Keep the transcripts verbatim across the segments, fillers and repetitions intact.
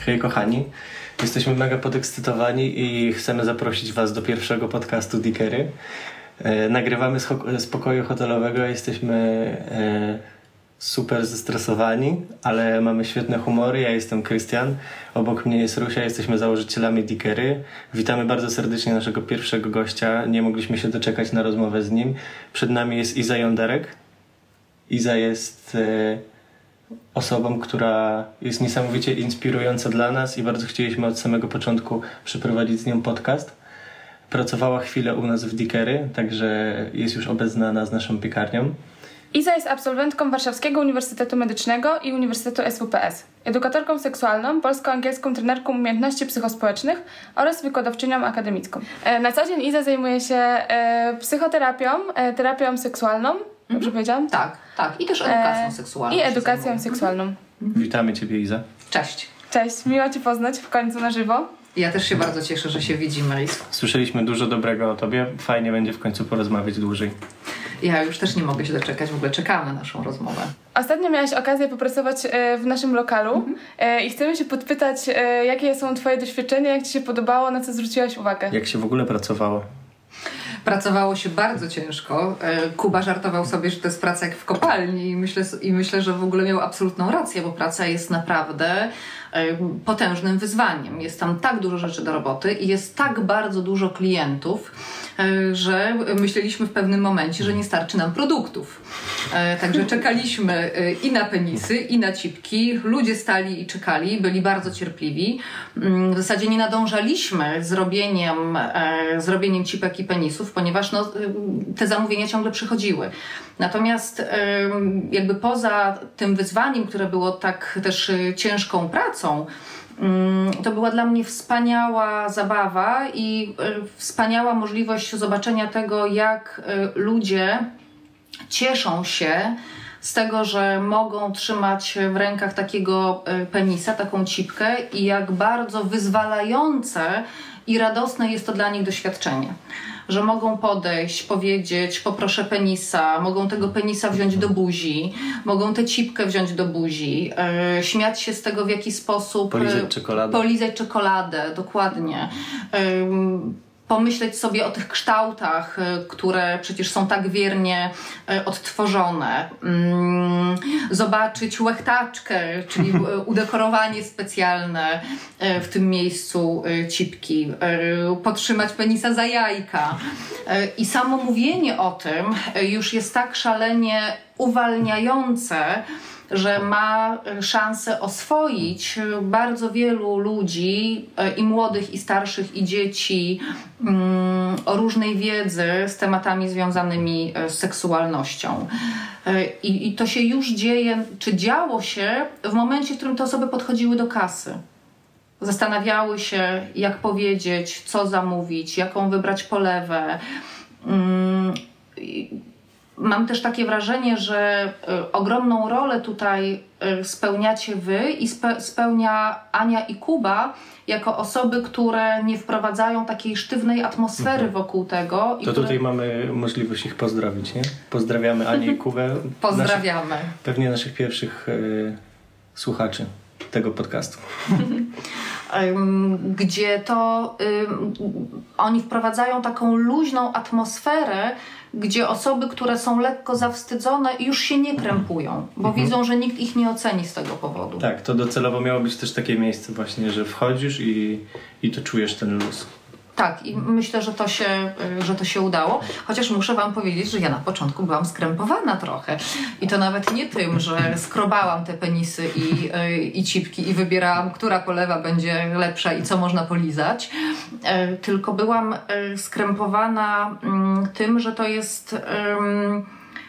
Hej kochani, jesteśmy mega podekscytowani i chcemy zaprosić Was do pierwszego podcastu Dikery. E, nagrywamy z, ho- z pokoju hotelowego, jesteśmy e, super zestresowani, ale mamy świetne humory. Ja jestem Krystian, obok mnie jest Rusia, jesteśmy założycielami Dikery. Witamy bardzo serdecznie naszego pierwszego gościa, nie mogliśmy się doczekać na rozmowę z nim. Przed nami jest Iza Jąderek. Iza jest e, osobą, która jest niesamowicie inspirująca dla nas i bardzo chcieliśmy od samego początku przeprowadzić z nią podcast. Pracowała chwilę u nas w Dikery, także jest już obeznana z naszą piekarnią. Iza jest absolwentką Warszawskiego Uniwersytetu Medycznego i Uniwersytetu S W P S, edukatorką seksualną, polsko-angielską trenerką umiejętności psychospołecznych oraz wykładowczynią akademicką. Na co dzień Iza zajmuje się psychoterapią, terapią seksualną, dobrze mm-hmm. powiedziałam? Tak, tak. I też edukacją e... seksualną. I edukacją seksualną. Mm-hmm. Witamy Ciebie, Iza. Cześć. Cześć, miło Cię poznać w końcu na żywo. Ja też się bardzo cieszę, że się widzimy. Słyszeliśmy dużo dobrego o Tobie. Fajnie będzie w końcu porozmawiać dłużej. Ja już też nie mogę się doczekać. W ogóle czekamy na naszą rozmowę. Ostatnio miałaś okazję popracować w naszym lokalu mm-hmm. i chcemy się podpytać, jakie są Twoje doświadczenia, jak Ci się podobało, na co zwróciłaś uwagę? Jak się w ogóle pracowało? Pracowało się bardzo ciężko. Kuba żartował sobie, że to jest praca jak w kopalni i myślę, i myślę, że w ogóle miał absolutną rację, bo praca jest naprawdę potężnym wyzwaniem. Jest tam tak dużo rzeczy do roboty i jest tak bardzo dużo klientów, że myśleliśmy w pewnym momencie, że nie starczy nam produktów. Także czekaliśmy i na penisy, i na cipki. Ludzie stali i czekali, byli bardzo cierpliwi. W zasadzie nie nadążaliśmy z robieniem, z robieniem cipek i penisów, ponieważ no, te zamówienia ciągle przychodziły. Natomiast jakby poza tym wyzwaniem, które było tak też ciężką pracą, to była dla mnie wspaniała zabawa i wspaniała możliwość zobaczenia tego, jak ludzie cieszą się z tego, że mogą trzymać w rękach takiego penisa, taką cipkę i jak bardzo wyzwalające i radosne jest to dla nich doświadczenie. Że mogą podejść, powiedzieć, poproszę penisa, mogą tego penisa wziąć do buzi, mogą tę cipkę wziąć do buzi, yy, śmiać się z tego, w jaki sposób... Polizać czekoladę. Polizać czekoladę, dokładnie. Yy, pomyśleć sobie o tych kształtach, które przecież są tak wiernie odtworzone. Zobaczyć łechtaczkę, czyli udekorowanie specjalne w tym miejscu cipki. Podtrzymać penisa za jajka. I samo mówienie o tym już jest tak szalenie uwalniające, że ma szansę oswoić bardzo wielu ludzi, i młodych, i starszych, i dzieci, o różnej wiedzy z tematami związanymi z seksualnością. I, i to się już dzieje, czy działo się w momencie, w którym te osoby podchodziły do kasy. Zastanawiały się, jak powiedzieć, co zamówić, jaką wybrać polewę. Mam też takie wrażenie, że y, ogromną rolę tutaj y, spełniacie wy i spe, spełnia Ania i Kuba jako osoby, które nie wprowadzają takiej sztywnej atmosfery mhm. wokół tego. I to które... tutaj mamy możliwość ich pozdrowić, nie? Pozdrawiamy Anię i Kubę. Pozdrawiamy. Naszych, pewnie naszych pierwszych y, słuchaczy tego podcastu. Gdzie to y, oni wprowadzają taką luźną atmosferę, gdzie osoby, które są lekko zawstydzone, już się nie krępują, bo mhm. widzą, że nikt ich nie oceni z tego powodu. Tak, to docelowo miało być też takie miejsce właśnie, że wchodzisz i, i to czujesz ten luz. Tak, i myślę, że to się, że to się udało. Chociaż muszę wam powiedzieć, że ja na początku byłam skrępowana trochę. I to nawet nie tym, że skrobałam te penisy i, i cipki i wybierałam, która polewa będzie lepsza i co można polizać. Tylko byłam skrępowana tym, że to jest um,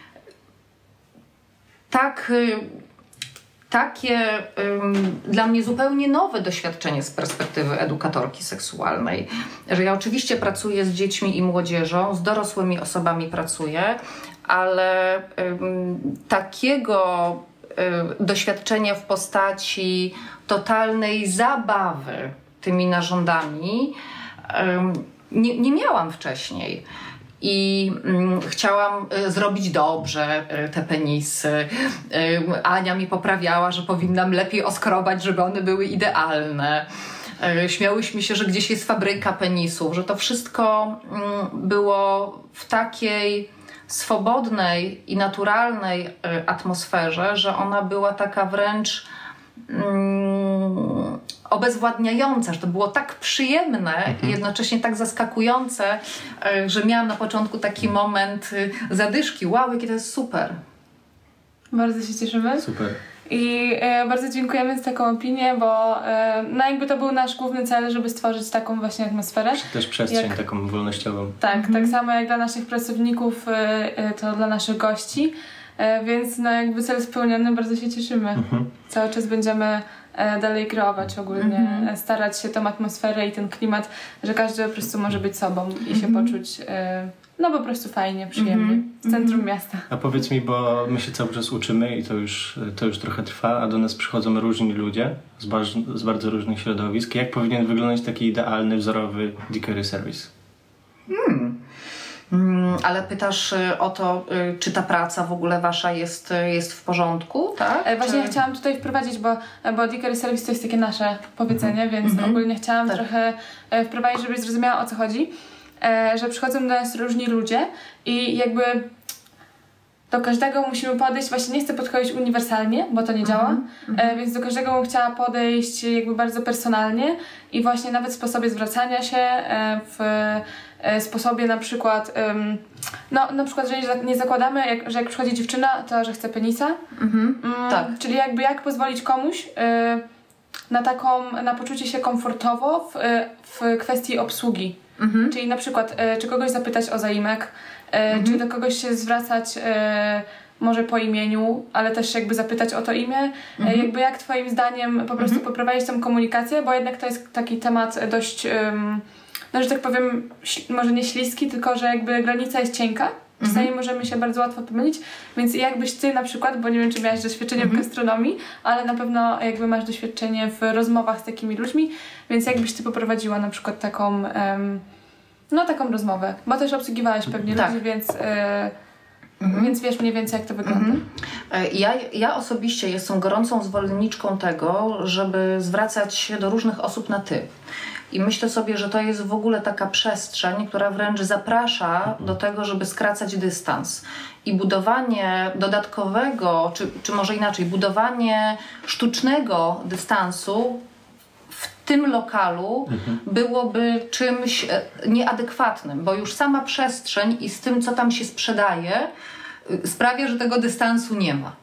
tak... takie ym, dla mnie zupełnie nowe doświadczenie z perspektywy edukatorki seksualnej, że ja oczywiście pracuję z dziećmi i młodzieżą, z dorosłymi osobami pracuję, ale ym, takiego y, doświadczenia w postaci totalnej zabawy tymi narządami ym, nie, nie miałam wcześniej. i mm, chciałam y, zrobić dobrze y, te penisy. Y, Ania mi poprawiała, że powinnam lepiej oskrobać, żeby one były idealne. Y, śmiałyśmy się, że gdzieś jest fabryka penisów, że to wszystko y, było w takiej swobodnej i naturalnej y, atmosferze, że ona była taka wręcz mm, obezwładniająca, że to było tak przyjemne mhm. i jednocześnie tak zaskakujące, y, że miałam na początku taki moment y, zadyszki. Wow, jakie to jest super. Bardzo się cieszymy. Super. I e, bardzo dziękujemy za taką opinię, bo e, no jakby to był nasz główny cel, żeby stworzyć taką właśnie atmosferę. Też przestrzeń jak, taką wolnościową. Tak, mhm. tak samo jak dla naszych pracowników, e, e, to dla naszych gości, e, więc no jakby cel spełniony, bardzo się cieszymy. Mhm. Cały czas będziemy e, dalej kreować ogólnie, mhm. e, starać się tą atmosferę i ten klimat, że każdy po prostu może być sobą i się mhm. poczuć e, no po prostu fajnie, przyjemnie, mhm. w centrum mhm. miasta. A powiedz mi, bo my się cały czas uczymy i to już, to już trochę trwa, a do nas przychodzą różni ludzie z, bar- z bardzo różnych środowisk. Jak powinien wyglądać taki idealny, wzorowy Dickery Service? Hmm. Hmm, ale pytasz y, o to, y, czy ta praca w ogóle wasza jest, y, jest w porządku, tak? E, Właśnie czy... chciałam tutaj wprowadzić, bo, bo Dickery Service to jest takie nasze powiedzenie, więc Mhm. ogólnie chciałam Tak. trochę e, wprowadzić, żebyś zrozumiała, o co chodzi. E, że przychodzą do nas różni ludzie i jakby do każdego musimy podejść, właśnie nie chcę podchodzić uniwersalnie, bo to nie działa, Mhm. e, więc do każdego bym chciała podejść jakby bardzo personalnie i właśnie nawet w sposobie zwracania się, e, w e, sposobie na przykład, em, no na przykład, że nie, nie zakładamy, jak, że jak przychodzi dziewczyna, to że chce penisa, Mhm. mm, Tak. czyli jakby jak pozwolić komuś e, na taką, na poczucie się komfortowo w, e, w kwestii obsługi. Mhm. Czyli na przykład, e, czy kogoś zapytać o zaimek, e, Mhm. czy do kogoś się zwracać e, może po imieniu, ale też jakby zapytać o to imię. E, Mhm. jakby jak twoim zdaniem po prostu Mhm. poprowadzić tą komunikację, bo jednak to jest taki temat dość, um, no że tak powiem, śl- może nie śliski, tylko że jakby granica jest cienka. Czasami Mhm. możemy się bardzo łatwo pomylić, więc jakbyś ty na przykład, bo nie wiem, czy miałaś doświadczenie Mhm. w gastronomii, ale na pewno jakby masz doświadczenie w rozmowach z takimi ludźmi, więc jakbyś ty poprowadziła na przykład taką, em, no taką rozmowę, bo też obsługiwałaś pewnie Tak. ludzi, więc, e, Mhm. więc wiesz mniej więcej, jak to wygląda. Mhm. Ja, ja osobiście jestem gorącą zwolenniczką tego, żeby zwracać się do różnych osób na ty. I myślę sobie, że to jest w ogóle taka przestrzeń, która wręcz zaprasza do tego, żeby skracać dystans. I budowanie dodatkowego, czy, czy może inaczej, budowanie sztucznego dystansu w tym lokalu Mhm. byłoby czymś e, nieadekwatnym, bo już sama przestrzeń i z tym, co tam się sprzedaje, y, sprawia, że tego dystansu nie ma.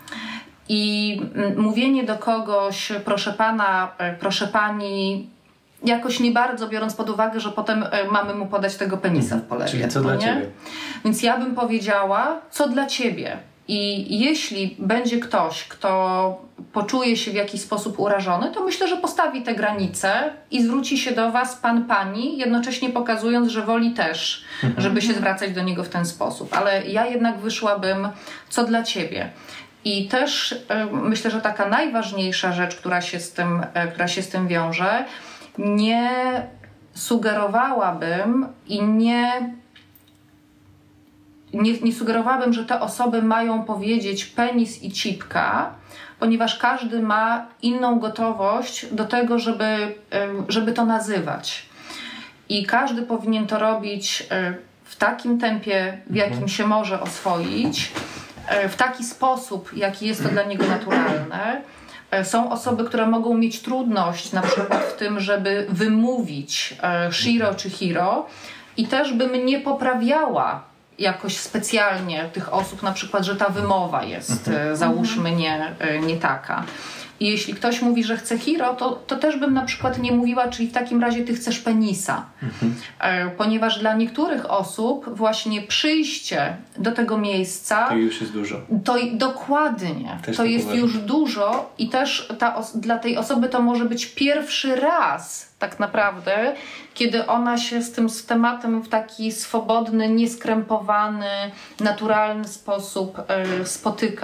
I mm, mówienie do kogoś, proszę pana, e, proszę pani, jakoś nie bardzo, biorąc pod uwagę, że potem e, mamy mu podać tego penisa w polewie. Czyli co no dla nie? ciebie? Więc ja bym powiedziała, co dla ciebie. I jeśli będzie ktoś, kto poczuje się w jakiś sposób urażony, to myślę, że postawi te granice i zwróci się do was pan, pani, jednocześnie pokazując, że woli też, żeby się zwracać do niego w ten sposób. Ale ja jednak wyszłabym, co dla ciebie. I też y, myślę, że taka najważniejsza rzecz, która się z tym, y, która się z tym wiąże, nie sugerowałabym i nie Nie, nie sugerowałabym, że te osoby mają powiedzieć penis i cipka, ponieważ każdy ma inną gotowość do tego, żeby, żeby to nazywać. I każdy powinien to robić w takim tempie, w jakim się może oswoić, w taki sposób, jaki jest to dla niego naturalne. Są osoby, które mogą mieć trudność na przykład w tym, żeby wymówić shiro czy hiro, i też bym nie poprawiała jakoś specjalnie tych osób, na przykład, że ta wymowa jest, mhm. załóżmy, nie, nie taka. I jeśli ktoś mówi, że chce hiro, to, to też bym na przykład nie mówiła, czyli w takim razie ty chcesz penisa. Mhm. Ponieważ dla niektórych osób właśnie przyjście do tego miejsca... To już jest dużo. To dokładnie. Też to tak jest uważam. już dużo i też ta os- dla tej osoby to może być pierwszy raz tak naprawdę, kiedy ona się z tym z tematem w taki swobodny, nieskrępowany, naturalny sposób y, spotyka.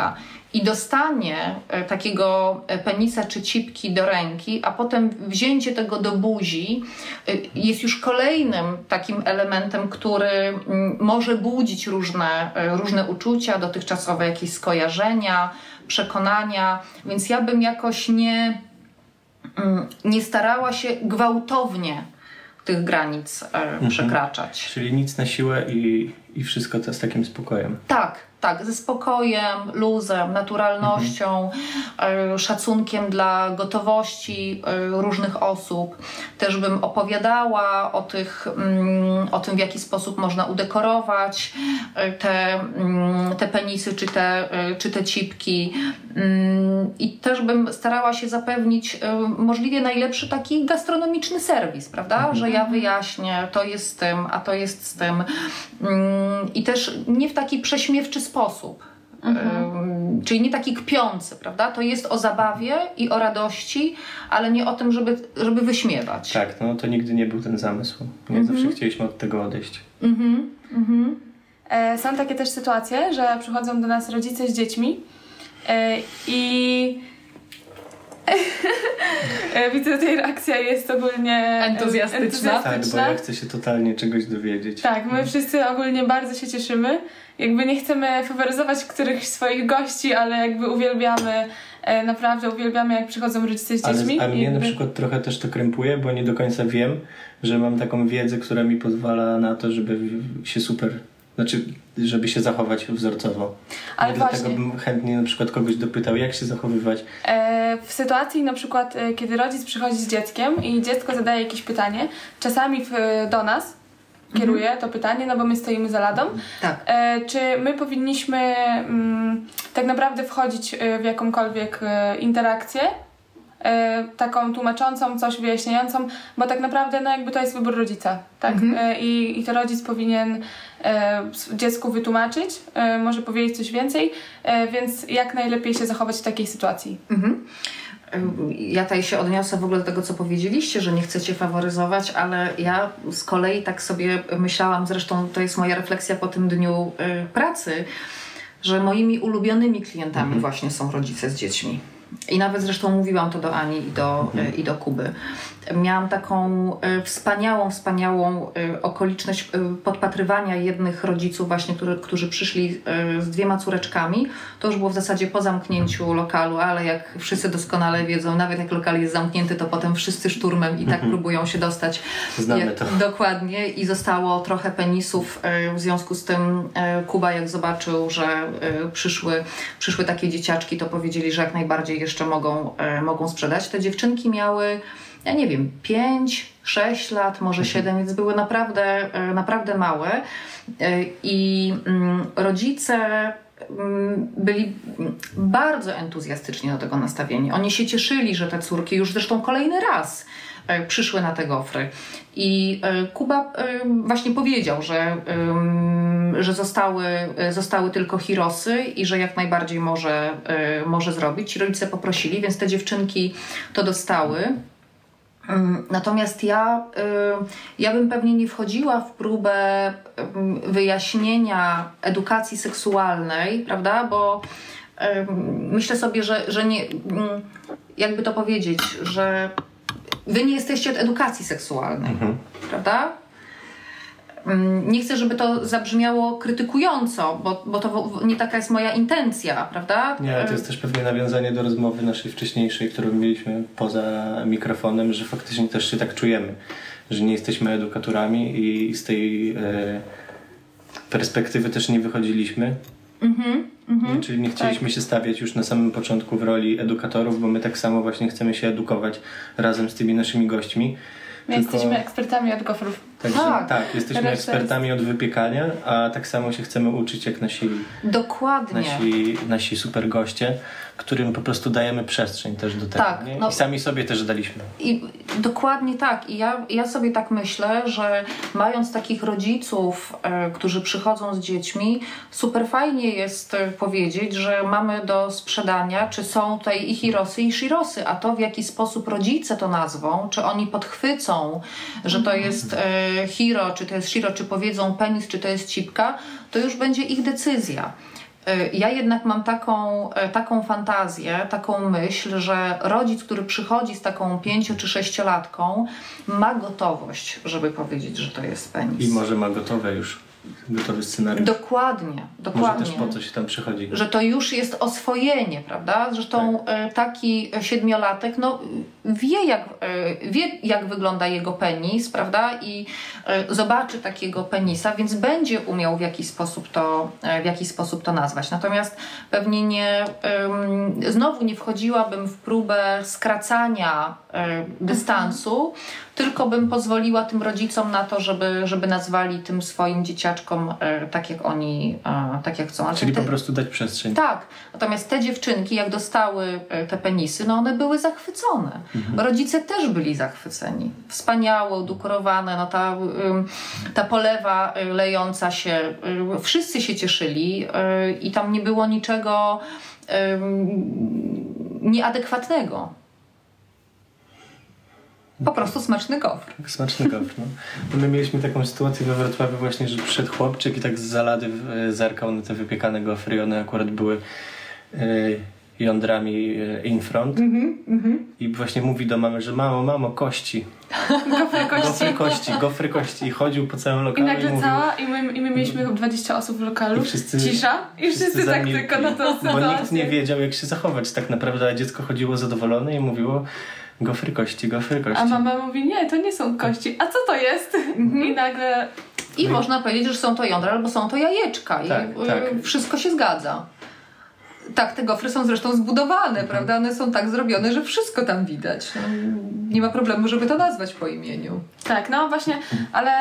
I dostanie takiego penisa czy cipki do ręki, a potem wzięcie tego do buzi jest już kolejnym takim elementem, który może budzić różne, różne uczucia, dotychczasowe jakieś skojarzenia, przekonania, więc ja bym jakoś nie, nie starała się gwałtownie tych granic mhm. przekraczać. Czyli nic na siłę i, i wszystko to z takim spokojem. Tak. Tak, ze spokojem, luzem, naturalnością, mhm. szacunkiem dla gotowości różnych osób. Też bym opowiadała o, tych, o tym, w jaki sposób można udekorować te, te penisy czy te, czy te cipki. I też bym starała się zapewnić możliwie najlepszy taki gastronomiczny serwis, prawda? Mhm. Że ja wyjaśnię, to jest z tym, a to jest z tym. I też nie w taki prześmiewczy sposób. Mhm. Czyli nie taki kpiący, prawda? To jest o zabawie i o radości, ale nie o tym, żeby, żeby wyśmiewać. Tak, no to nigdy nie był ten zamysł. Nie mhm. zawsze chcieliśmy od tego odejść. Mhm. Mhm. E, są takie też sytuacje, że przychodzą do nas rodzice z dziećmi e, i widzę, że tej reakcja jest ogólnie entuzjastyczna. entuzjastyczna. Tak, bo ja chcę się totalnie czegoś dowiedzieć. Tak, my wszyscy ogólnie bardzo się cieszymy. Jakby nie chcemy faworyzować którychś swoich gości, ale jakby uwielbiamy, naprawdę uwielbiamy, jak przychodzą rodzice z dziećmi. Ale, a mnie jakby... na przykład trochę też to krępuje, bo nie do końca wiem, że mam taką wiedzę, która mi pozwala na to, żeby się super... Znaczy, żeby się zachować wzorcowo. Ale dlatego bym chętnie na przykład kogoś dopytał, jak się zachowywać. E, w sytuacji na przykład, e, kiedy rodzic przychodzi z dzieckiem i dziecko zadaje jakieś pytanie, czasami w, do nas kieruje mhm. to pytanie, no bo my stoimy za ladą. Tak. E, czy my powinniśmy mm, tak naprawdę wchodzić w jakąkolwiek e, interakcję, e, taką tłumaczącą, coś wyjaśniającą, bo tak naprawdę no jakby to jest wybór rodzica, tak? Mhm. E, i, I to rodzic powinien e, dziecku wytłumaczyć, e, może powiedzieć coś więcej, e, więc jak najlepiej się zachować w takiej sytuacji. Mhm. Ja tutaj się odniosę w ogóle do tego, co powiedzieliście, że nie chcecie faworyzować, ale ja z kolei tak sobie myślałam, zresztą to jest moja refleksja po tym dniu y, pracy, że moimi ulubionymi klientami mhm. właśnie są rodzice z dziećmi. I nawet zresztą mówiłam to do Ani i do, mhm. i do Kuby. Miałam taką y, wspaniałą, wspaniałą y, okoliczność y, podpatrywania jednych rodziców właśnie, który, którzy przyszli y, z dwiema córeczkami. To już było w zasadzie po zamknięciu lokalu, ale jak wszyscy doskonale wiedzą, nawet jak lokal jest zamknięty, to potem wszyscy szturmem i tak mhm. próbują się dostać. Znamy jak, to. Dokładnie. I zostało trochę penisów. Y, w związku z tym y, Kuba, jak zobaczył, że y, przyszły, przyszły takie dzieciaczki, to powiedzieli, że jak najbardziej jeszcze mogą, y, mogą sprzedać. Te dziewczynki miały, ja nie wiem, pięć, sześć lat, może siedem, więc były naprawdę, naprawdę małe. I rodzice byli bardzo entuzjastycznie do tego nastawieni. Oni się cieszyli, że te córki już zresztą kolejny raz przyszły na te gofry. I Kuba właśnie powiedział, że, że zostały, zostały tylko hirosy i że jak najbardziej może, może zrobić. Ci rodzice poprosili, więc te dziewczynki to dostały. Natomiast ja, ja bym pewnie nie wchodziła w próbę wyjaśnienia edukacji seksualnej, prawda? Bo myślę sobie, że, że nie, jakby to powiedzieć, że wy nie jesteście od edukacji seksualnej, mhm. prawda? Nie chcę, żeby to zabrzmiało krytykująco, bo, bo to nie taka jest moja intencja, prawda? Nie, to jest też pewnie nawiązanie do rozmowy naszej wcześniejszej, którą mieliśmy poza mikrofonem, że faktycznie też się tak czujemy, że nie jesteśmy edukatorami i z tej e, perspektywy też nie wychodziliśmy. Mm-hmm, mm-hmm, Czyli nie chcieliśmy tak. się stawiać już na samym początku w roli edukatorów, bo my tak samo właśnie chcemy się edukować razem z tymi naszymi gośćmi. My Tylko... jesteśmy ekspertami od gofrów. Także, tak, tak, jesteśmy ekspertami jest... od wypiekania, a tak samo się chcemy uczyć jak nasi, Dokładnie. nasi, nasi super goście, którym po prostu dajemy przestrzeń też do tego. Tak, nie? no, I sami sobie też daliśmy. I dokładnie tak. I ja, ja sobie tak myślę, że mając takich rodziców, e, którzy przychodzą z dziećmi, super fajnie jest powiedzieć, że mamy do sprzedania, czy są tutaj i hirosy, i shirosy, a to w jaki sposób rodzice to nazwą, czy oni podchwycą, że to jest e, hiro, czy to jest shiro, czy powiedzą penis, czy to jest cipka, to już będzie ich decyzja. Ja jednak mam taką, taką fantazję, taką myśl, że rodzic, który przychodzi z taką pięcio- czy sześciolatką, ma gotowość, żeby powiedzieć, że to jest penis. I może ma gotowe już, gotowy scenariusz. Dokładnie, dokładnie. Może też po co się tam przychodzi. Że to już jest oswojenie, prawda? Zresztą tak. taki siedmiolatek no, wie, jak, wie, jak wygląda jego penis, prawda? I zobaczy takiego penisa, więc będzie umiał w jakiś sposób to, w jakiś sposób to nazwać. Natomiast pewnie nie, znowu nie wchodziłabym w próbę skracania dystansu, mhm. tylko bym pozwoliła tym rodzicom na to, żeby, żeby nazwali tym swoim dzieciaczkom tak, jak oni tak jak chcą. Ale Czyli te, po prostu dać przestrzeń. Tak. Natomiast te dziewczynki, jak dostały te penisy, no one były zachwycone. Mhm. Rodzice też byli zachwyceni. Wspaniałe, udekorowane, no ta, ta polewa lejąca się. Wszyscy się cieszyli i tam nie było niczego nieadekwatnego. Po prostu smaczny gofr. Smaczny gofr, no. My mieliśmy taką sytuację we Wrocławiu właśnie, że przyszedł chłopczyk i tak z zalady zerkał na te wypiekane gofry i one akurat były y, jądrami in front. Mm-hmm, mm-hmm. I właśnie mówi do mamy, że mamo, mamo, kości. Gofry kości. Gofry kości, gofry kości. I chodził po całym lokalu i nagle i mówił, cała, i my, i my mieliśmy chyba dwadzieścia osób w lokalu. I wszyscy, cisza. I wszyscy, wszyscy tak zamilkli, tylko na to sytuację. Bo nikt nie wiedział, jak się zachować tak naprawdę, a dziecko chodziło zadowolone i mówiło gofry kości, gofry kości. A mama mówi, nie, to nie są kości. A co to jest? Mm-hmm. I nagle... I no można powiedzieć, że są to jądra albo są to jajeczka. Tak, I tak. wszystko się zgadza. Tak, te gofry są zresztą zbudowane, mhm. prawda? One są tak zrobione, że wszystko tam widać. No, nie ma problemu, żeby to nazwać po imieniu. Tak, no właśnie, ale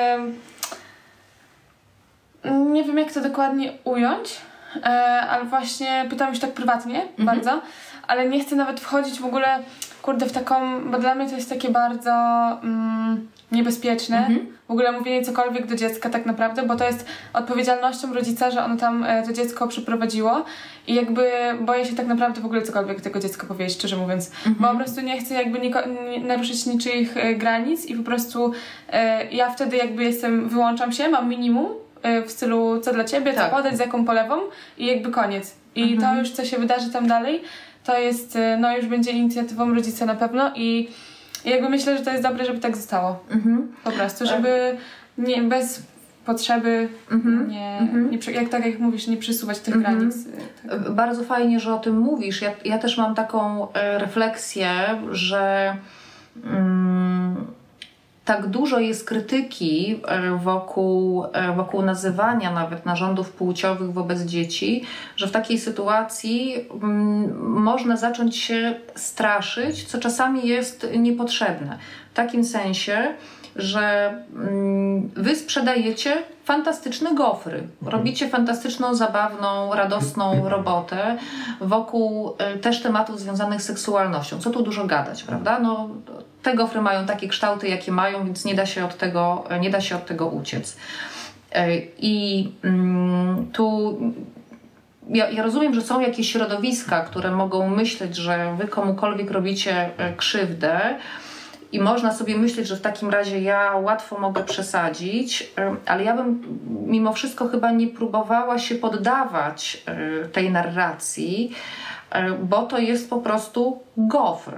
yy, nie wiem, jak to dokładnie ująć, yy, ale właśnie pytam już tak prywatnie mhm. bardzo, ale nie chcę nawet wchodzić w ogóle, kurde, w taką, bo dla mnie to jest takie bardzo mm, niebezpieczne, mhm. w ogóle mówienie cokolwiek do dziecka tak naprawdę, bo to jest odpowiedzialnością rodzica, że ono tam e, to dziecko przyprowadziło i jakby boję się tak naprawdę w ogóle cokolwiek tego dziecka powiedzieć, szczerze mówiąc, mhm. bo po prostu nie chcę jakby niko- nie, naruszyć niczyich e, granic i po prostu e, ja wtedy jakby jestem, wyłączam się, mam minimum e, w stylu co dla ciebie, tak. co podać, z jaką polewą i jakby koniec. I mhm. to już co się wydarzy tam dalej, to jest, no już będzie inicjatywą rodzica na pewno i jakby myślę, że to jest dobre, żeby tak zostało. Mhm. Po prostu, żeby nie, bez potrzeby mhm. nie, mhm. nie, jak tak jak mówisz, nie przesuwać tych mhm. granic. Tak. Bardzo fajnie, że o tym mówisz. Ja, ja też mam taką e, refleksję, że mm, tak dużo jest krytyki wokół, wokół nazywania nawet narządów płciowych wobec dzieci, że w takiej sytuacji mm, można zacząć się straszyć, co czasami jest niepotrzebne. W takim sensie, że mm, wy sprzedajecie fantastyczne gofry. Robicie fantastyczną, zabawną, radosną robotę wokół y, też tematów związanych z seksualnością. Co tu dużo gadać, prawda? No, te gofry mają takie kształty, jakie mają, więc nie da się od tego, nie da się od tego uciec. Y, I y, tu ja, ja rozumiem, że są jakieś środowiska, które mogą myśleć, że wy komukolwiek robicie krzywdę, i można sobie myśleć, że w takim razie ja łatwo mogę przesadzić, ale ja bym mimo wszystko chyba nie próbowała się poddawać tej narracji, bo to jest po prostu gofr.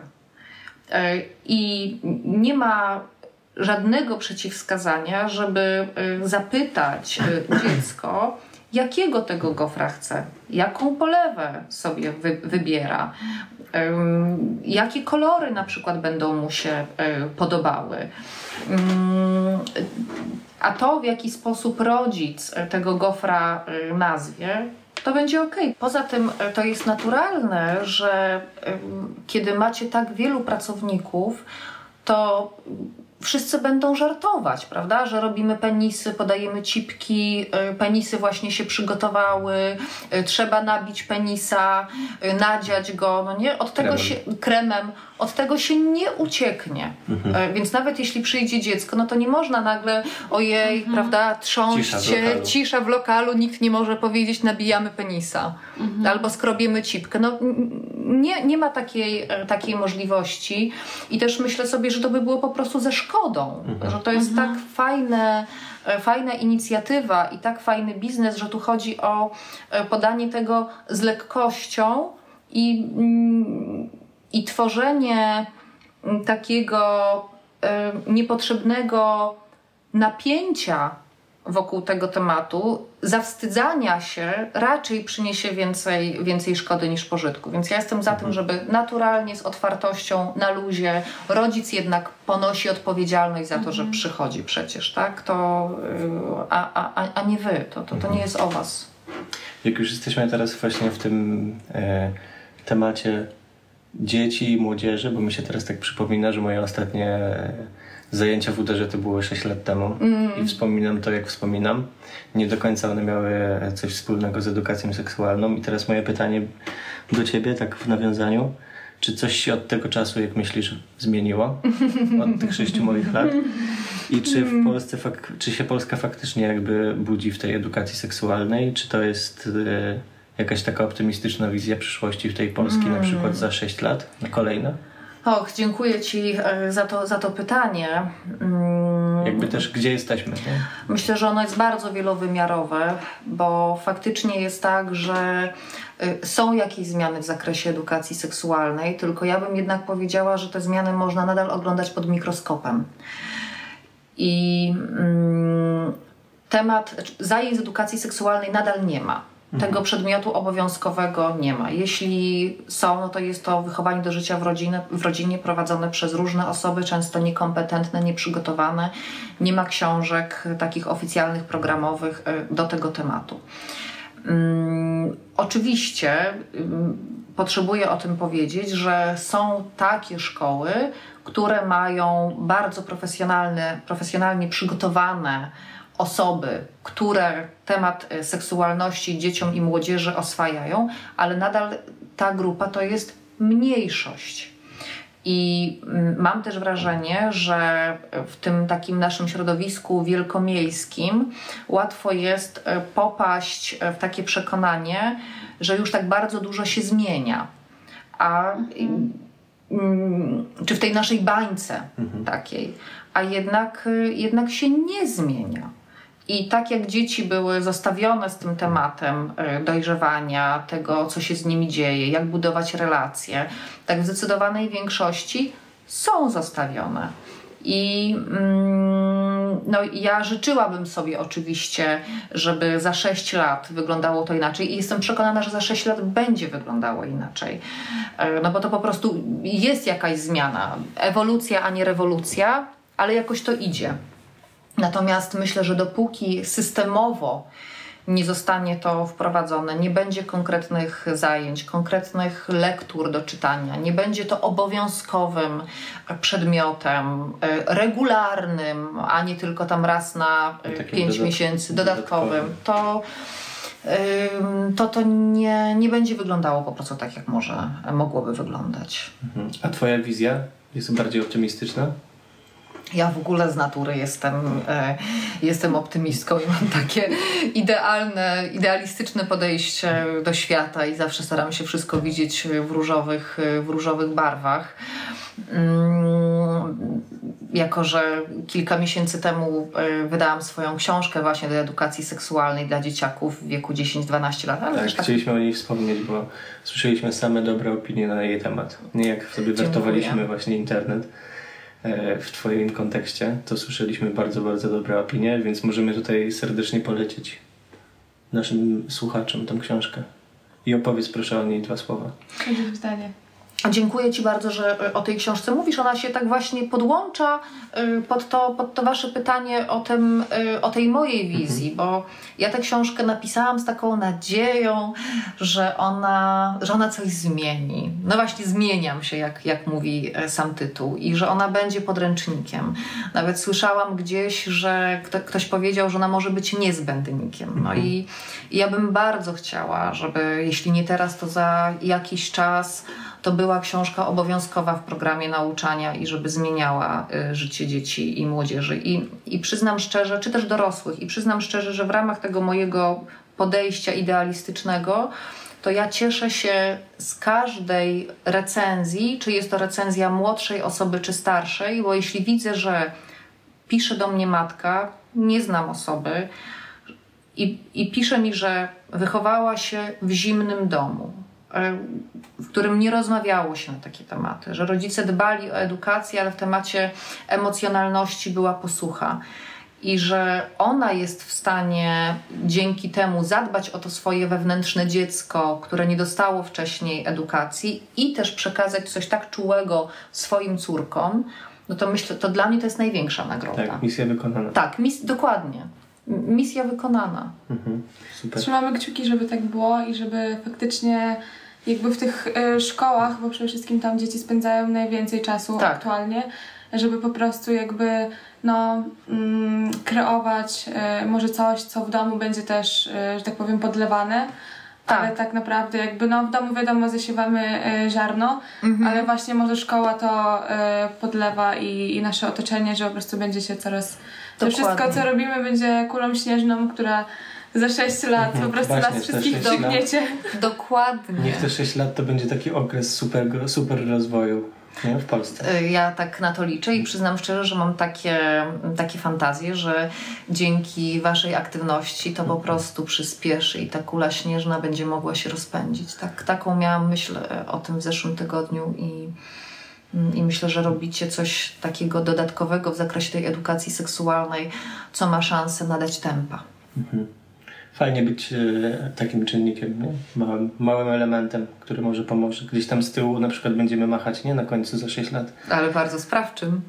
I nie ma żadnego przeciwwskazania, żeby zapytać dziecko, jakiego tego gofra chce, jaką polewę sobie wy- wybiera, um, jakie kolory na przykład będą mu się um, podobały. Um, a to, w jaki sposób rodzic tego gofra um, nazwie, to będzie okej. Okay. Poza tym to jest naturalne, że um, kiedy macie tak wielu pracowników, to wszyscy będą żartować, prawda? Że robimy penisy, podajemy cipki, penisy właśnie się przygotowały, trzeba nabić penisa, nadziać go, no nie? Od tego kremem. się kremem, od tego się nie ucieknie. Mhm. Więc nawet jeśli przyjdzie dziecko, no to nie można nagle ojej, mhm. prawda, trząść cisza się, cisza w lokalu, nikt nie może powiedzieć nabijamy penisa mhm. albo skrobiemy cipkę. No nie, nie ma takiej, takiej możliwości i też myślę sobie, że to by było po prostu ze szkodą, mhm. że to jest mhm. tak fajne fajna inicjatywa i tak fajny biznes, że tu chodzi o podanie tego z lekkością i, i tworzenie takiego niepotrzebnego napięcia wokół tego tematu, zawstydzania się raczej przyniesie więcej, więcej szkody niż pożytku. Więc ja jestem za tym, żeby naturalnie, z otwartością, na luzie, rodzic jednak ponosi odpowiedzialność za to, że przychodzi przecież, tak? To, a, a, a nie wy, to, to, to nie jest o was. Jak już jesteśmy teraz właśnie w tym e, temacie dzieci i młodzieży, bo mi się teraz tak przypomina, że moje ostatnie e, zajęcia w uderze to było sześć lat temu mm. i wspominam to, jak wspominam. Nie do końca one miały coś wspólnego z edukacją seksualną i teraz moje pytanie do ciebie, tak w nawiązaniu, czy coś się od tego czasu, jak myślisz, zmieniło? Od tych sześciu moich lat? I czy w Polsce, fak- czy się Polska faktycznie jakby budzi w tej edukacji seksualnej? Czy to jest e, jakaś taka optymistyczna wizja przyszłości w tej Polski mm. na przykład za sześć lat, na kolejne? Och, dziękuję ci za to, za to pytanie. Jakby też, gdzie jesteśmy? Nie? Myślę, że ono jest bardzo wielowymiarowe, bo faktycznie jest tak, że są jakieś zmiany w zakresie edukacji seksualnej, tylko ja bym jednak powiedziała, że te zmiany można nadal oglądać pod mikroskopem. I mm, temat zajęć z edukacji seksualnej nadal nie ma. Tego przedmiotu obowiązkowego nie ma. Jeśli są, no to jest to wychowanie do życia w rodzinie, w rodzinie prowadzone przez różne osoby, często niekompetentne, nieprzygotowane. Nie ma książek takich oficjalnych, programowych do tego tematu. Um, oczywiście um, potrzebuję o tym powiedzieć, że są takie szkoły, które mają bardzo profesjonalne, profesjonalnie przygotowane osoby, które temat seksualności dzieciom i młodzieży oswajają, ale nadal ta grupa to jest mniejszość. I mam też wrażenie, że w tym takim naszym środowisku wielkomiejskim łatwo jest popaść w takie przekonanie, że już tak bardzo dużo się zmienia. A czy w tej naszej bańce mhm. takiej, a jednak, jednak się nie zmienia. I tak jak dzieci były zostawione z tym tematem dojrzewania, tego, co się z nimi dzieje, jak budować relacje, tak w zdecydowanej większości są zostawione. I mm, no, ja życzyłabym sobie oczywiście, żeby za sześć lat wyglądało to inaczej i jestem przekonana, że za sześć lat będzie wyglądało inaczej. No bo to po prostu jest jakaś zmiana. Ewolucja, a nie rewolucja, ale jakoś to idzie. Natomiast myślę, że dopóki systemowo nie zostanie to wprowadzone, nie będzie konkretnych zajęć, konkretnych lektur do czytania, nie będzie to obowiązkowym przedmiotem, regularnym, a nie tylko tam raz na pięć dodat- miesięcy dodatkowym, to, to, to nie, nie będzie wyglądało po prostu tak, jak może mogłoby wyglądać. Mhm. A twoja wizja jest bardziej optymistyczna? Ja w ogóle z natury jestem, e, jestem optymistką i mam takie idealne, idealistyczne podejście do świata i zawsze staram się wszystko widzieć w różowych, w różowych barwach. Mm, jako że kilka miesięcy temu e, wydałam swoją książkę właśnie do edukacji seksualnej dla dzieciaków w wieku dziesięć dwanaście lat. Ale tak, też tak... chcieliśmy o niej wspomnieć, bo słyszeliśmy same dobre opinie na jej temat. Nie jak sobie wertowaliśmy właśnie internet. W twoim kontekście, to słyszeliśmy bardzo, bardzo dobre opinie, więc możemy tutaj serdecznie polecić naszym słuchaczom tę książkę. I opowiedz proszę o niej dwa słowa. Jakie pytanie? Dziękuję ci bardzo, że o tej książce mówisz. Ona się tak właśnie podłącza pod to, pod to wasze pytanie o, tym, o tej mojej wizji, mhm. bo ja tę książkę napisałam z taką nadzieją, że ona, że ona coś zmieni. No właśnie zmieniam się, jak, jak mówi sam tytuł, i że ona będzie podręcznikiem. Nawet słyszałam gdzieś, że kto, ktoś powiedział, że ona może być niezbędnikiem. No mhm. i, i ja bym bardzo chciała, żeby jeśli nie teraz, to za jakiś czas to była książka obowiązkowa w programie nauczania i żeby zmieniała y, życie dzieci i młodzieży. I, I przyznam szczerze, czy też dorosłych, i przyznam szczerze, że w ramach tego mojego podejścia idealistycznego, to ja cieszę się z każdej recenzji, czy jest to recenzja młodszej osoby, czy starszej, bo jeśli widzę, że pisze do mnie matka, nie znam osoby, i, i pisze mi, że wychowała się w zimnym domu, w którym nie rozmawiało się na takie tematy, że rodzice dbali o edukację, ale w temacie emocjonalności była posłucha. I że ona jest w stanie dzięki temu zadbać o to swoje wewnętrzne dziecko, które nie dostało wcześniej edukacji, i też przekazać coś tak czułego swoim córkom, no to myślę, to dla mnie to jest największa nagroda. Tak, misja wykonana. Tak, mis- dokładnie. Misja wykonana. Mhm, super. Trzymamy kciuki, żeby tak było i żeby faktycznie jakby w tych y, szkołach, bo przede wszystkim tam dzieci spędzają najwięcej czasu tak. aktualnie, żeby po prostu jakby no, mm, kreować y, może coś, co w domu będzie też, y, że tak powiem, podlewane. Tak. Ale tak naprawdę jakby no w domu wiadomo zasiewamy y, ziarno, mhm. ale właśnie może szkoła to y, podlewa i, i nasze otoczenie, że po prostu będzie się coraz... To wszystko, co robimy, będzie kulą śnieżną, która za sześć lat mhm. po prostu Właśnie, nas wszystkich sześć dźwigniecie. Dokładnie. Niech te sześć lat to będzie taki okres super, super rozwoju, nie? W Polsce. Ja tak na to liczę i przyznam szczerze, że mam takie, takie fantazje, że dzięki waszej aktywności to po prostu przyspieszy i ta kula śnieżna będzie mogła się rozpędzić. Tak, taką miałam myśl o tym w zeszłym tygodniu i I myślę, że robicie coś takiego dodatkowego w zakresie tej edukacji seksualnej, co ma szansę nadać tempa. Mhm. Fajnie być e, takim czynnikiem, nie? Małym, małym elementem, który może pomoże. Gdzieś tam z tyłu na przykład będziemy machać, nie? Na końcu za sześć lat. Ale bardzo sprawczym.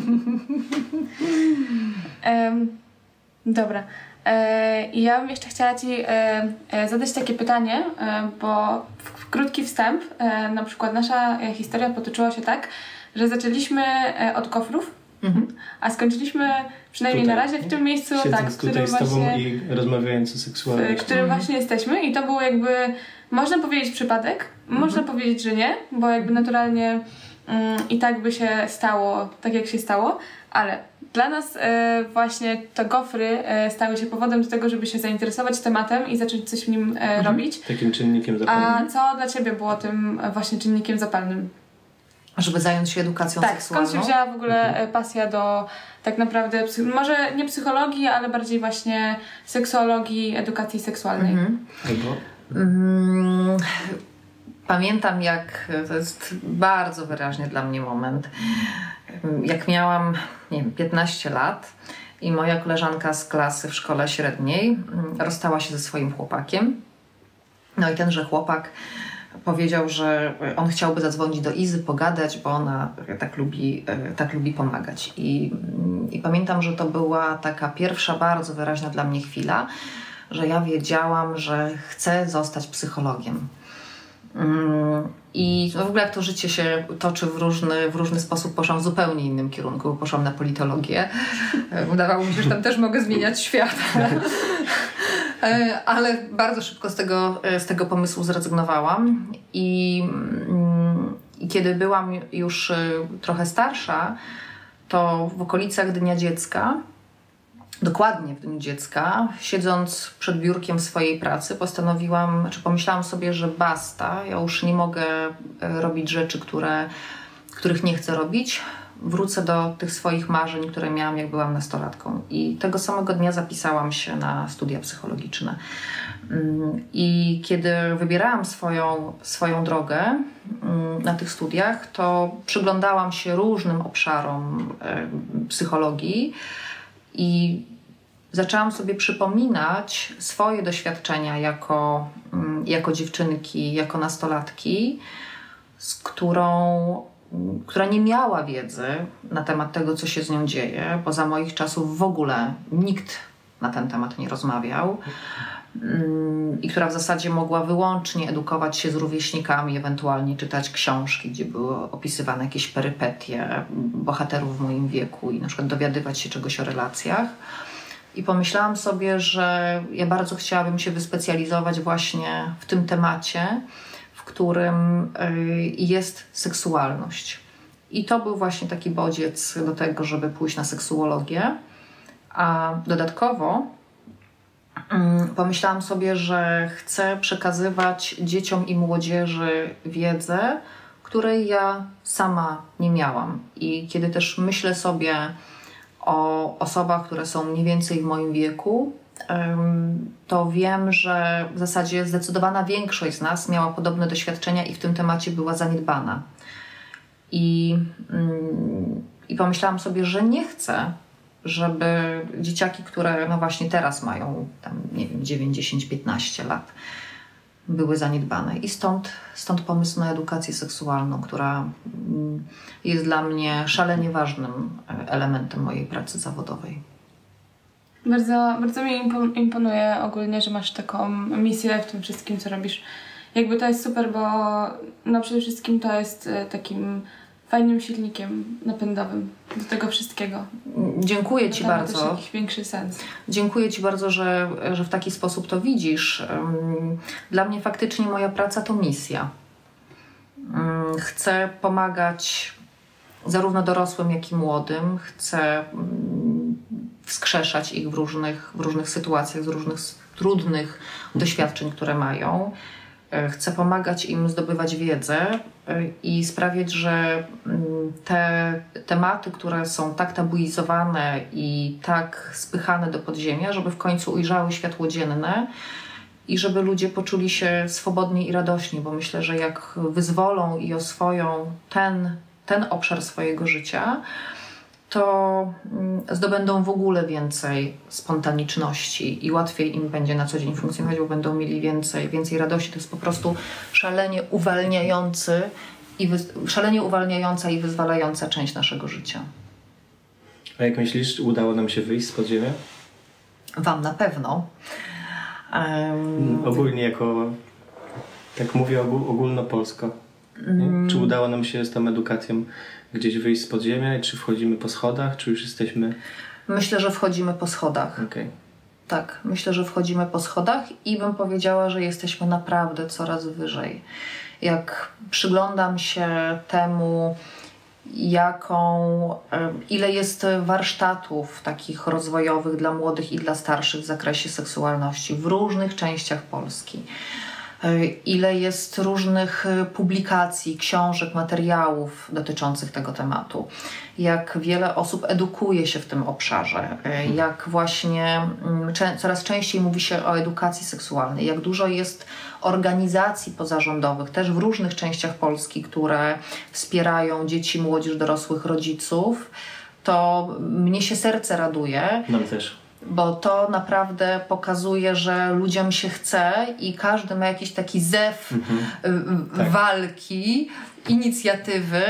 um, dobra. I ja bym jeszcze chciała Ci zadać takie pytanie, bo w krótki wstęp, na przykład nasza historia potoczyła się tak, że zaczęliśmy od gofrów, mhm. a skończyliśmy przynajmniej tutaj, na razie w tym miejscu, tak, w którym tutaj właśnie, z Tobą i rozmawiając o seksualności. W którym mhm. właśnie jesteśmy i to był jakby, można powiedzieć przypadek, mhm. można powiedzieć, że nie, bo jakby naturalnie mm, i tak by się stało, tak jak się stało, ale dla nas e, właśnie te gofry e, stały się powodem do tego, żeby się zainteresować tematem i zacząć coś w nim e, mhm. robić. Takim czynnikiem zapalnym. A co dla Ciebie było tym właśnie czynnikiem zapalnym? Żeby zająć się edukacją tak, seksualną? Tak, skąd się wzięła w ogóle mhm. pasja do tak naprawdę, psy- może nie psychologii, ale bardziej właśnie seksuologii, edukacji seksualnej? Mhm. Albo? Mm, pamiętam, jak to jest bardzo wyraźnie dla mnie moment, jak miałam, nie wiem, piętnaście lat i moja koleżanka z klasy w szkole średniej rozstała się ze swoim chłopakiem. No i tenże chłopak powiedział, że on chciałby zadzwonić do Izy, pogadać, bo ona tak lubi, tak lubi pomagać. I, I pamiętam, że to była taka pierwsza bardzo wyraźna dla mnie chwila, że ja wiedziałam, że chcę zostać psychologiem. I w ogóle jak to życie się toczy w różny, w różny sposób, poszłam w zupełnie innym kierunku, poszłam na politologię. Wydawało mi się, że tam też mogę zmieniać świat. Ale bardzo szybko z tego, z tego pomysłu zrezygnowałam. I, I kiedy byłam już trochę starsza, to w okolicach Dnia Dziecka, dokładnie w Dniu Dziecka, siedząc przed biurkiem swojej pracy, postanowiłam, czy pomyślałam sobie, że basta, ja już nie mogę robić rzeczy, które, których nie chcę robić. Wrócę do tych swoich marzeń, które miałam, jak byłam nastolatką. I tego samego dnia zapisałam się na studia psychologiczne. I kiedy wybierałam swoją, swoją drogę na tych studiach, to przyglądałam się różnym obszarom psychologii i zaczęłam sobie przypominać swoje doświadczenia jako, jako dziewczynki, jako nastolatki, z którą, która nie miała wiedzy na temat tego, co się z nią dzieje, bo za moich czasów w ogóle nikt na ten temat nie rozmawiał i która w zasadzie mogła wyłącznie edukować się z rówieśnikami, ewentualnie czytać książki, gdzie były opisywane jakieś perypetie bohaterów w moim wieku i na przykład dowiadywać się czegoś o relacjach. I pomyślałam sobie, że ja bardzo chciałabym się wyspecjalizować właśnie w tym temacie, w którym jest seksualność. I to był właśnie taki bodziec do tego, żeby pójść na seksuologię. A dodatkowo pomyślałam sobie, że chcę przekazywać dzieciom i młodzieży wiedzę, której ja sama nie miałam. I kiedy też myślę sobie o osobach, które są mniej więcej w moim wieku, to wiem, że w zasadzie zdecydowana większość z nas miała podobne doświadczenia i w tym temacie była zaniedbana. I, i pomyślałam sobie, że nie chcę, żeby dzieciaki, które no właśnie teraz mają tam, nie wiem, dziewięć, dziesięć, piętnaście lat, były zaniedbane. I stąd, stąd pomysł na edukację seksualną, która jest dla mnie szalenie ważnym elementem mojej pracy zawodowej. Bardzo, bardzo mi imponuje ogólnie, że masz taką misję w tym wszystkim, co robisz. Jakby to jest super, bo no przede wszystkim to jest takim fajnym silnikiem napędowym do tego wszystkiego. Dziękuję Ci bardzo. To ma też jakiś większy sens. Dziękuję Ci bardzo, że, że w taki sposób to widzisz. Dla mnie faktycznie moja praca to misja. Chcę pomagać zarówno dorosłym, jak i młodym. Chcę wskrzeszać ich w różnych, w różnych sytuacjach, z różnych trudnych doświadczeń, które mają. Chcę pomagać im zdobywać wiedzę i sprawiać, że te tematy, które są tak tabuizowane i tak spychane do podziemia, żeby w końcu ujrzały światło dzienne i żeby ludzie poczuli się swobodnie i radośnie, bo myślę, że jak wyzwolą i oswoją ten, ten obszar swojego życia, to zdobędą w ogóle więcej spontaniczności i łatwiej im będzie na co dzień funkcjonować, bo będą mieli więcej, więcej radości. To jest po prostu szalenie uwalniający i wy- szalenie uwalniająca i wyzwalająca część naszego życia. A jak myślisz, udało nam się wyjść z podziemia? Wam na pewno. Um, Ogólnie jako, tak mówię ogól, ogólnopolsko. Mm. Czy udało nam się z tą edukacją gdzieś wyjść z podziemia i czy wchodzimy po schodach, czy już jesteśmy... Myślę, że wchodzimy po schodach. Okay. Tak, myślę, że wchodzimy po schodach i bym powiedziała, że jesteśmy naprawdę coraz wyżej. Jak przyglądam się temu, jaką, ile jest warsztatów takich rozwojowych dla młodych i dla starszych w zakresie seksualności w różnych częściach Polski, ile jest różnych publikacji, książek, materiałów dotyczących tego tematu, jak wiele osób edukuje się w tym obszarze, jak właśnie coraz częściej mówi się o edukacji seksualnej, jak dużo jest organizacji pozarządowych, też w różnych częściach Polski, które wspierają dzieci, młodzież, dorosłych, rodziców, to mnie się serce raduje. Nam też. Bo to naprawdę pokazuje, że ludziom się chce i każdy ma jakiś taki zew mhm. tak. walki, inicjatywy,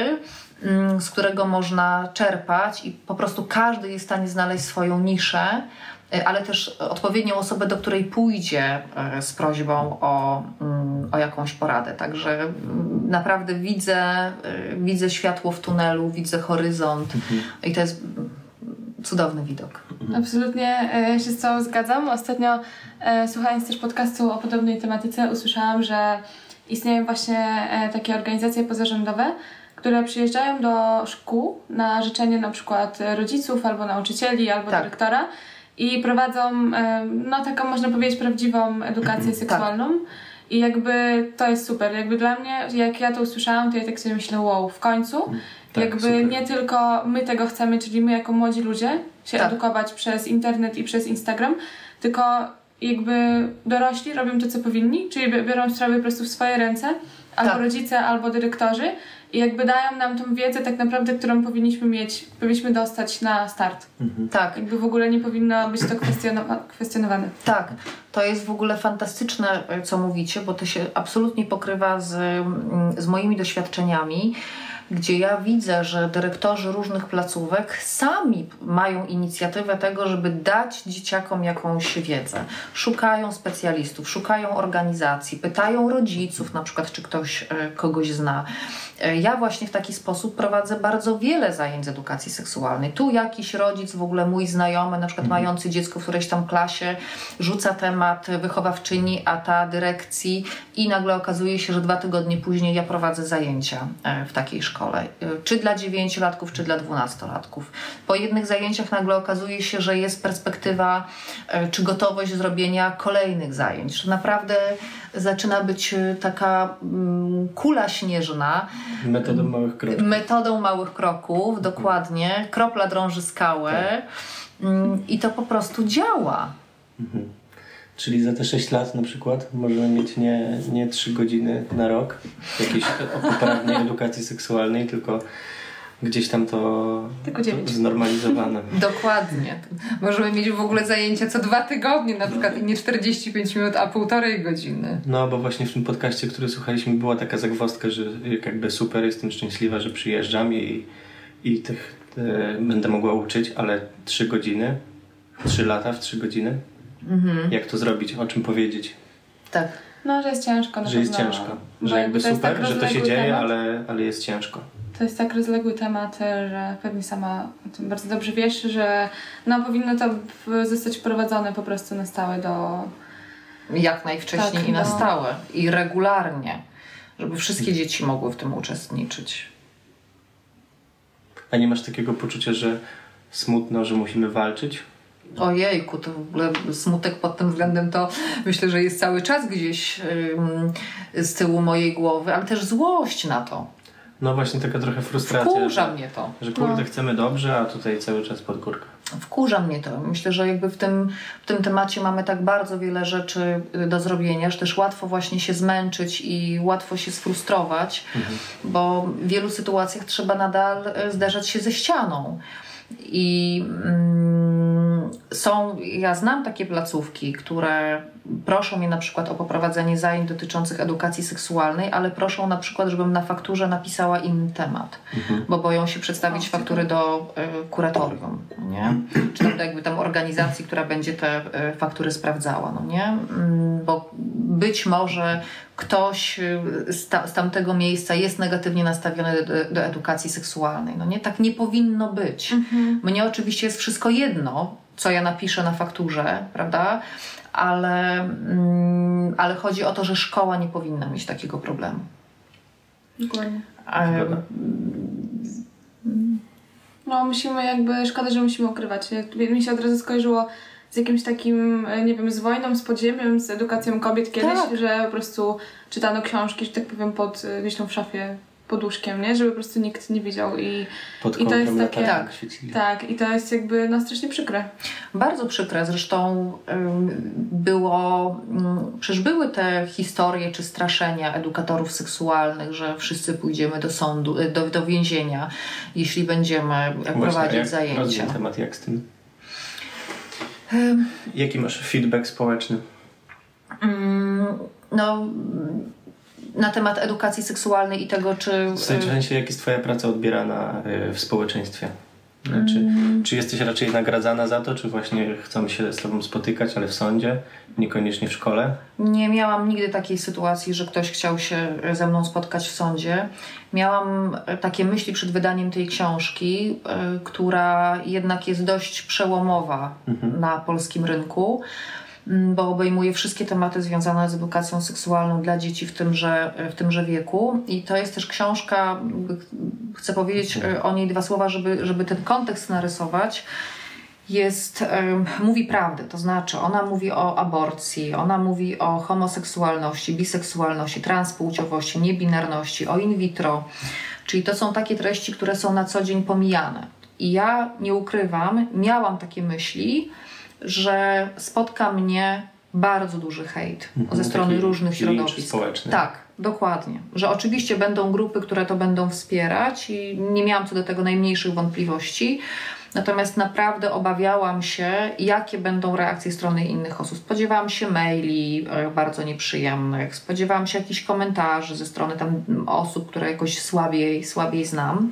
z którego można czerpać i po prostu każdy jest w stanie znaleźć swoją niszę, ale też odpowiednią osobę, do której pójdzie z prośbą o, o jakąś poradę. Także naprawdę widzę, widzę światło w tunelu, widzę horyzont mhm. i to jest cudowny widok. Absolutnie e, się z Tobą zgadzam. Ostatnio e, słuchając też podcastu o podobnej tematyce usłyszałam, że istnieją właśnie e, takie organizacje pozarządowe, które przyjeżdżają do szkół na życzenie na przykład rodziców albo nauczycieli, albo tak. dyrektora i prowadzą e, no taką można powiedzieć prawdziwą edukację seksualną. Tak. I jakby to jest super. Jakby dla mnie, jak ja to usłyszałam, to ja tak sobie myślę, wow, w końcu tak, jakby super. Nie tylko my tego chcemy, czyli my jako młodzi ludzie się tak. edukować przez internet i przez Instagram, tylko jakby dorośli robią to, co powinni, czyli biorą sprawy po prostu w swoje ręce, albo tak. rodzice, albo dyrektorzy i jakby dają nam tą wiedzę tak naprawdę, którą powinniśmy mieć, powinniśmy dostać na start. Mhm. Tak. Jakby w ogóle nie powinno być to kwestionowa- kwestionowane. Tak. To jest w ogóle fantastyczne, co mówicie, bo to się absolutnie pokrywa z, z moimi doświadczeniami, gdzie ja widzę, że dyrektorzy różnych placówek sami mają inicjatywę tego, żeby dać dzieciakom jakąś wiedzę. Szukają specjalistów, szukają organizacji, pytają rodziców na przykład, czy ktoś kogoś zna. Ja właśnie w taki sposób prowadzę bardzo wiele zajęć z edukacji seksualnej. Tu jakiś rodzic, w ogóle mój znajomy, na przykład mhm. mający dziecko w którejś tam klasie, rzuca temat wychowawczyni, a ta dyrekcji i nagle okazuje się, że dwa tygodnie później ja prowadzę zajęcia w takiej szkole. szkole, czy dla dziewięciolatków, czy dla dwunastolatków. Po jednych zajęciach nagle okazuje się, że jest perspektywa czy gotowość zrobienia kolejnych zajęć, że naprawdę zaczyna być taka kula śnieżna. Metodą małych kroków. Metodą małych kroków, dokładnie. Kropla drąży skałę tak. I to po prostu działa. Mhm. Czyli za te sześć lat na przykład możemy mieć nie, nie trzy godziny na rok jakiejś poprawnej edukacji seksualnej, tylko gdzieś tam to, to znormalizowane. Dokładnie. Możemy mieć w ogóle zajęcia co dwa tygodnie, na przykład i nie czterdzieści pięć minut, a półtorej godziny. No, bo właśnie w tym podcaście, który słuchaliśmy, była taka zagwozdka, że jakby super, jestem szczęśliwa, że przyjeżdżam i, i tych e, będę mogła uczyć, ale trzy godziny, trzy lata w trzy godziny? Mhm. Jak to zrobić? O czym powiedzieć? Tak. No, że jest ciężko. Że jest ciężko. Że jakby super, tak że to się dzieje, ale, ale jest ciężko. To jest tak rozległy temat, że pewnie sama o tym bardzo dobrze wiesz, że no, powinno to zostać wprowadzone po prostu na stałe do... Jak najwcześniej tak, i na do... stałe. I regularnie. Żeby wszystkie dzieci mogły w tym uczestniczyć. A nie masz takiego poczucia, że smutno, że musimy walczyć? Ojejku, to w ogóle smutek pod tym względem to myślę, że jest cały czas gdzieś yy, z tyłu mojej głowy, ale też złość na to. No właśnie taka trochę frustracja. Wkurza że, mnie to. Że kurde no. chcemy dobrze, a tutaj cały czas pod górkę. Wkurza mnie to. Myślę, że jakby w tym, w tym temacie mamy tak bardzo wiele rzeczy do zrobienia, że też łatwo właśnie się zmęczyć i łatwo się sfrustrować, mhm. bo w wielu sytuacjach trzeba nadal zderzać się ze ścianą. I mm, są, ja znam takie placówki, które proszą mnie na przykład o poprowadzenie zajęć dotyczących edukacji seksualnej, ale proszą na przykład, żebym na fakturze napisała inny temat, mhm. bo boją się przedstawić o, faktury do y, kuratorium, nie? Czy tam do jakby tam organizacji, która będzie te y, faktury sprawdzała, no nie? Mm, bo być może ktoś z, ta, z tamtego miejsca jest negatywnie nastawiony do, do edukacji seksualnej, no nie? Tak nie powinno być. Mhm. Mnie oczywiście jest wszystko jedno, co ja napiszę na fakturze, prawda? Ale, mm, ale chodzi o to, że szkoła nie powinna mieć takiego problemu. Dokładnie. Um, no musimy jakby, szkoda, że musimy ukrywać. Mi się od razu skojarzyło z jakimś takim, nie wiem, z wojną, z podziemiem, z edukacją kobiet kiedyś, tak. że po prostu czytano książki, że tak powiem, pod gdzieś tam w szafie, pod łóżkiem, nie? Żeby po prostu nikt nie widział i, pod i to jest takie, tak, tak, i to jest jakby no strasznie przykre. Bardzo przykre, zresztą ym, było, ym, przecież były te historie czy straszenia edukatorów seksualnych, że wszyscy pójdziemy do sądu, do, do więzienia, jeśli będziemy Właśnie, prowadzić jak zajęcia. Rozumiem temat, jak z tym? Jaki masz feedback społeczny? No, na temat edukacji seksualnej i tego, czy... W sensie, jak jest twoja praca odbierana w społeczeństwie? Czy, mm. czy jesteś raczej nagradzana za to, czy właśnie chcą się z tobą spotykać, ale w sądzie, niekoniecznie w szkole? Nie miałam nigdy takiej sytuacji, że ktoś chciał się ze mną spotkać w sądzie. Miałam takie myśli przed wydaniem tej książki, y, która jednak jest dość przełomowa mhm. na polskim rynku, bo obejmuje wszystkie tematy związane z edukacją seksualną dla dzieci w tymże, w tymże wieku. I to jest też książka, chcę powiedzieć o niej dwa słowa, żeby, żeby ten kontekst narysować. Jest, um, mówi prawdę, to znaczy ona mówi o aborcji, ona mówi o homoseksualności, biseksualności, transpłciowości, niebinarności, o in vitro. Czyli to są takie treści, które są na co dzień pomijane. I ja nie ukrywam, miałam takie myśli, że spotka mnie bardzo duży hejt mhm, ze strony różnych środowisk. Społeczny. Tak, dokładnie. Że oczywiście będą grupy, które to będą wspierać i nie miałam co do tego najmniejszych wątpliwości. Natomiast naprawdę obawiałam się, jakie będą reakcje strony innych osób. Spodziewałam się maili bardzo nieprzyjemnych, spodziewałam się jakichś komentarzy ze strony tam osób, które jakoś słabiej, słabiej znam.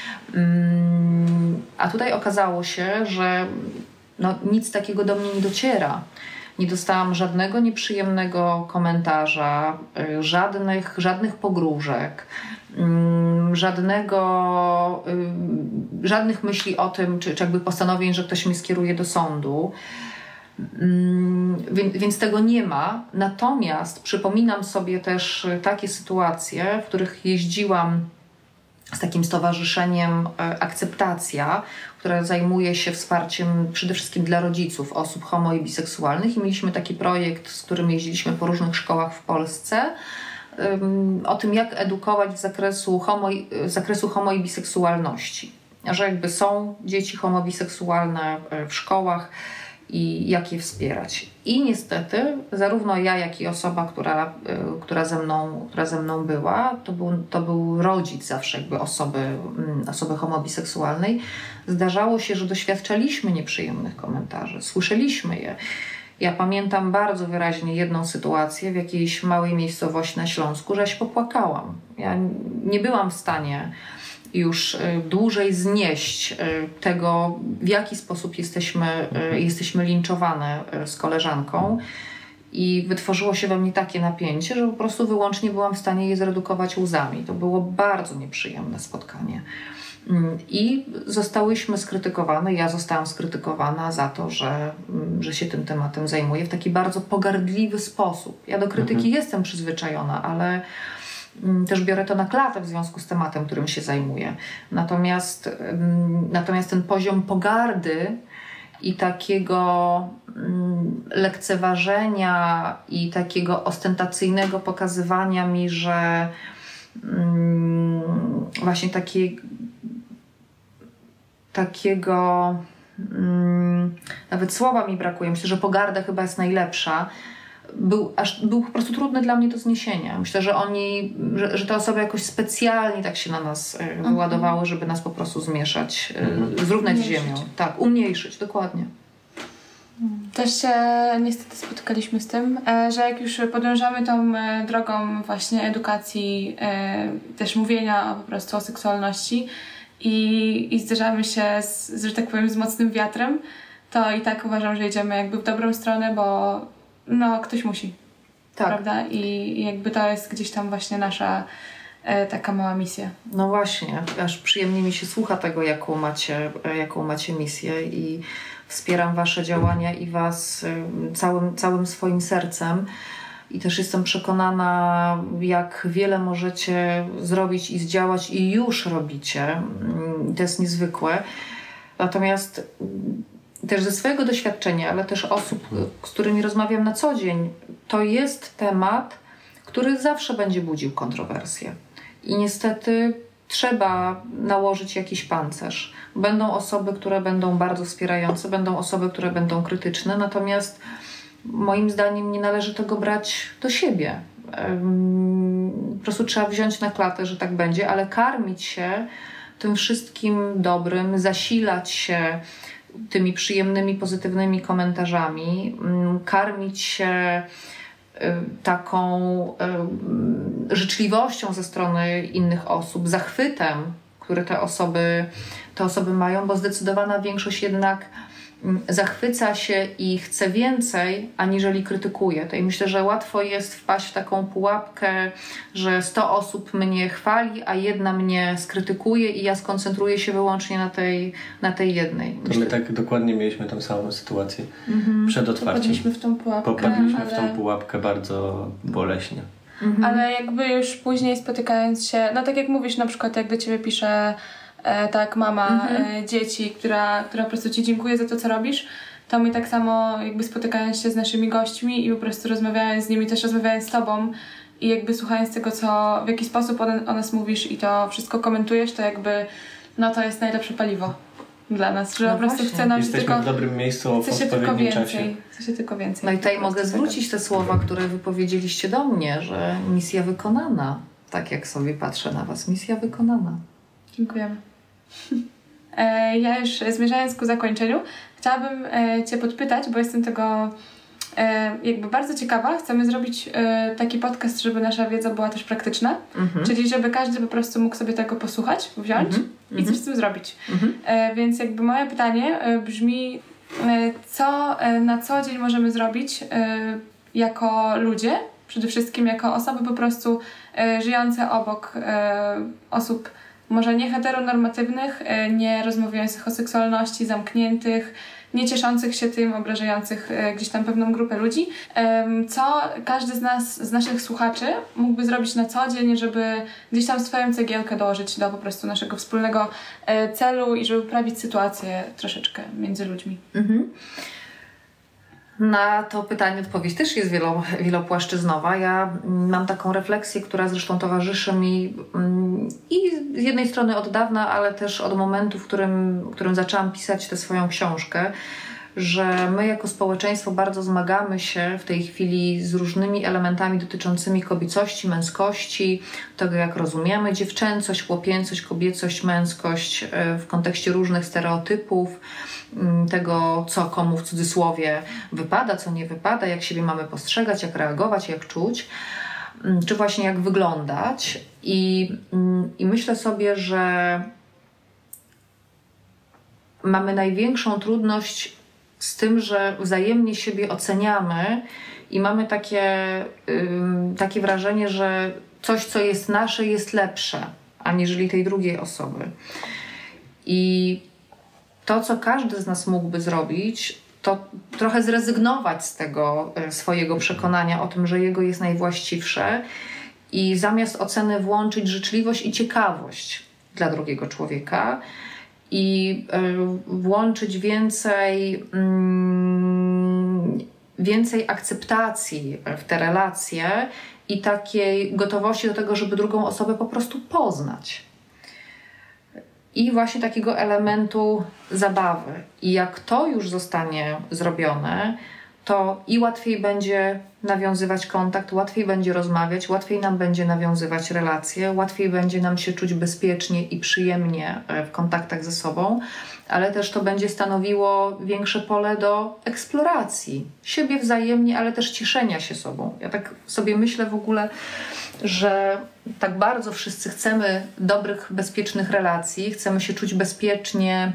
A tutaj okazało się, że no, nic takiego do mnie nie dociera. Nie dostałam żadnego nieprzyjemnego komentarza, żadnych, żadnych pogróżek, żadnego, żadnych myśli o tym, czy, czy jakby postanowień, że ktoś mnie skieruje do sądu. Więc, więc tego nie ma. Natomiast przypominam sobie też takie sytuacje, w których jeździłam z takim stowarzyszeniem Akceptacja, które zajmuje się wsparciem przede wszystkim dla rodziców osób homo i biseksualnych i mieliśmy taki projekt, z którym jeździliśmy po różnych szkołach w Polsce o tym, jak edukować z zakresu homo, z zakresu homo i biseksualności. Że jakby są dzieci homo biseksualne w szkołach i jak je wspierać. I niestety zarówno ja, jak i osoba, która, która, ze, mną, która ze mną była, to był, to był rodzic zawsze jakby osoby, osoby homo biseksualnej, zdarzało się, że doświadczaliśmy nieprzyjemnych komentarzy, słyszeliśmy je. Ja pamiętam bardzo wyraźnie jedną sytuację w jakiejś małej miejscowości na Śląsku, że ja się popłakałam. Ja nie byłam w stanie już dłużej znieść tego, w jaki sposób jesteśmy, jesteśmy linczowane z koleżanką i wytworzyło się we mnie takie napięcie, że po prostu wyłącznie byłam w stanie je zredukować łzami. To było bardzo nieprzyjemne spotkanie. I zostałyśmy skrytykowane, ja zostałam skrytykowana za to, że, że się tym tematem zajmuję w taki bardzo pogardliwy sposób. Ja do krytyki mhm. jestem przyzwyczajona, ale też biorę to na klatę w związku z tematem, którym się zajmuję. Natomiast, natomiast ten poziom pogardy i takiego lekceważenia i takiego ostentacyjnego pokazywania mi, że właśnie taki, takiego nawet słowa mi brakuje. Myślę, że pogarda chyba jest najlepsza. Był, aż, był po prostu trudny dla mnie do zniesienia. Myślę, że oni, że, że te osoby jakoś specjalnie tak się na nas mhm. wyładowały, żeby nas po prostu zmieszać, mhm. zrównać z ziemią. Tak, umniejszyć, dokładnie. Też się niestety spotykaliśmy z tym, że jak już podążamy tą drogą właśnie edukacji, też mówienia po prostu o seksualności i, i zderzamy się z, że tak powiem, z mocnym wiatrem, to i tak uważam, że idziemy jakby w dobrą stronę, bo no ktoś musi, tak. Prawda? I, I jakby to jest gdzieś tam właśnie nasza e, taka mała misja. No właśnie, aż przyjemnie mi się słucha tego, jaką macie, jaką macie misję i wspieram wasze działania i was y, całym, całym swoim sercem. I też jestem przekonana, jak wiele możecie zrobić i zdziałać i już robicie. Y, to jest niezwykłe. Natomiast też ze swojego doświadczenia, ale też osób, z którymi rozmawiam na co dzień, to jest temat, który zawsze będzie budził kontrowersje. I niestety trzeba nałożyć jakiś pancerz. Będą osoby, które będą bardzo wspierające, będą osoby, które będą krytyczne, natomiast moim zdaniem nie należy tego brać do siebie. Po prostu trzeba wziąć na klatę, że tak będzie, ale karmić się tym wszystkim dobrym, zasilać się tymi przyjemnymi, pozytywnymi komentarzami, karmić się taką życzliwością ze strony innych osób, zachwytem, który te osoby, te osoby mają, bo zdecydowana większość jednak zachwyca się i chce więcej, aniżeli krytykuje. To i myślę, że łatwo jest wpaść w taką pułapkę, że sto osób mnie chwali, a jedna mnie skrytykuje i ja skoncentruję się wyłącznie na tej, na tej jednej. To myślę... my tak dokładnie mieliśmy tą samą sytuację mm-hmm. przed otwarciem. Popadliśmy w tą pułapkę. Popadliśmy ale... w tą pułapkę bardzo boleśnie. Mm-hmm. Ale jakby już później spotykając się, no tak jak mówisz, na przykład jak do ciebie pisze E, tak, mama mhm. e, dzieci, która, która po prostu ci dziękuję za to, co robisz, to my tak samo jakby spotykając się z naszymi gośćmi i po prostu rozmawiając z nimi, też rozmawiając z tobą i jakby słuchając tego, co, w jaki sposób o, o nas mówisz i to wszystko komentujesz, to jakby no to jest najlepsze paliwo dla nas, że no po prostu właśnie. chce nam Jesteśmy się tylko, w dobrym miejscu chce w się tylko odpowiednim więcej, czasie. chce się tylko więcej. No i tutaj mogę zwrócić te słowa, które wypowiedzieliście do mnie, że misja wykonana. Tak jak sobie patrzę na was, misja wykonana. Dziękujemy. Ja już zmierzając ku zakończeniu, chciałabym cię podpytać, bo jestem tego jakby bardzo ciekawa. Chcemy zrobić taki podcast, żeby nasza wiedza była też praktyczna, mm-hmm. czyli żeby każdy po prostu mógł sobie tego posłuchać, wziąć mm-hmm. i coś z tym zrobić. Mm-hmm. Więc jakby moje pytanie brzmi, co na co dzień możemy zrobić jako ludzie, przede wszystkim jako osoby po prostu żyjące obok osób może nie heteronormatywnych, nie rozmawiających o seksualności, zamkniętych, nie cieszących się tym, obrażających e, gdzieś tam pewną grupę ludzi. Em, co każdy z nas, z naszych słuchaczy mógłby zrobić na co dzień, żeby gdzieś tam swoją cegiełkę dołożyć do po prostu naszego wspólnego e, celu i żeby poprawić sytuację troszeczkę między ludźmi. Mhm. Na to pytanie odpowiedź też jest wielo, wielopłaszczyznowa. Ja mam taką refleksję, która zresztą towarzyszy mi mm, i z jednej strony od dawna, ale też od momentu, w którym, w którym zaczęłam pisać tę swoją książkę, że my jako społeczeństwo bardzo zmagamy się w tej chwili z różnymi elementami dotyczącymi kobiecości, męskości, tego jak rozumiemy dziewczęcość, chłopięcość, kobiecość, męskość w kontekście różnych stereotypów, tego co komu w cudzysłowie wypada, co nie wypada, jak siebie mamy postrzegać, jak reagować, jak czuć, czy właśnie jak wyglądać. I, i myślę sobie, że mamy największą trudność z tym, że wzajemnie siebie oceniamy i mamy takie, ym, takie wrażenie, że coś, co jest nasze, jest lepsze, aniżeli tej drugiej osoby. I to, co każdy z nas mógłby zrobić, to trochę zrezygnować z tego swojego przekonania o tym, że jego jest najwłaściwsze i zamiast oceny włączyć życzliwość i ciekawość dla drugiego człowieka i włączyć więcej, więcej akceptacji w te relacje i takiej gotowości do tego, żeby drugą osobę po prostu poznać. I właśnie takiego elementu zabawy. I jak to już zostanie zrobione, to i łatwiej będzie nawiązywać kontakt, łatwiej będzie rozmawiać, łatwiej nam będzie nawiązywać relacje, łatwiej będzie nam się czuć bezpiecznie i przyjemnie w kontaktach ze sobą, ale też to będzie stanowiło większe pole do eksploracji siebie wzajemnie, ale też cieszenia się sobą. Ja tak sobie myślę w ogóle, że tak bardzo wszyscy chcemy dobrych, bezpiecznych relacji, chcemy się czuć bezpiecznie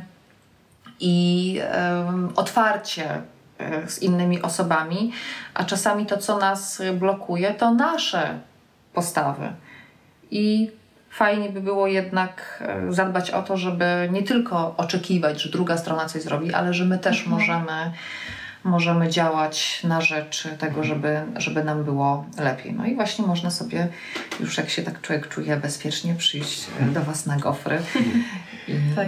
i um, otwarcie z innymi osobami, a czasami to, co nas blokuje, to nasze postawy. I fajnie by było jednak zadbać o to, żeby nie tylko oczekiwać, że druga strona coś zrobi, ale że my też mhm. możemy, możemy działać na rzecz tego, żeby, żeby nam było lepiej. No i właśnie można sobie, już jak się tak człowiek czuje bezpiecznie, przyjść do was na gofry i, tak.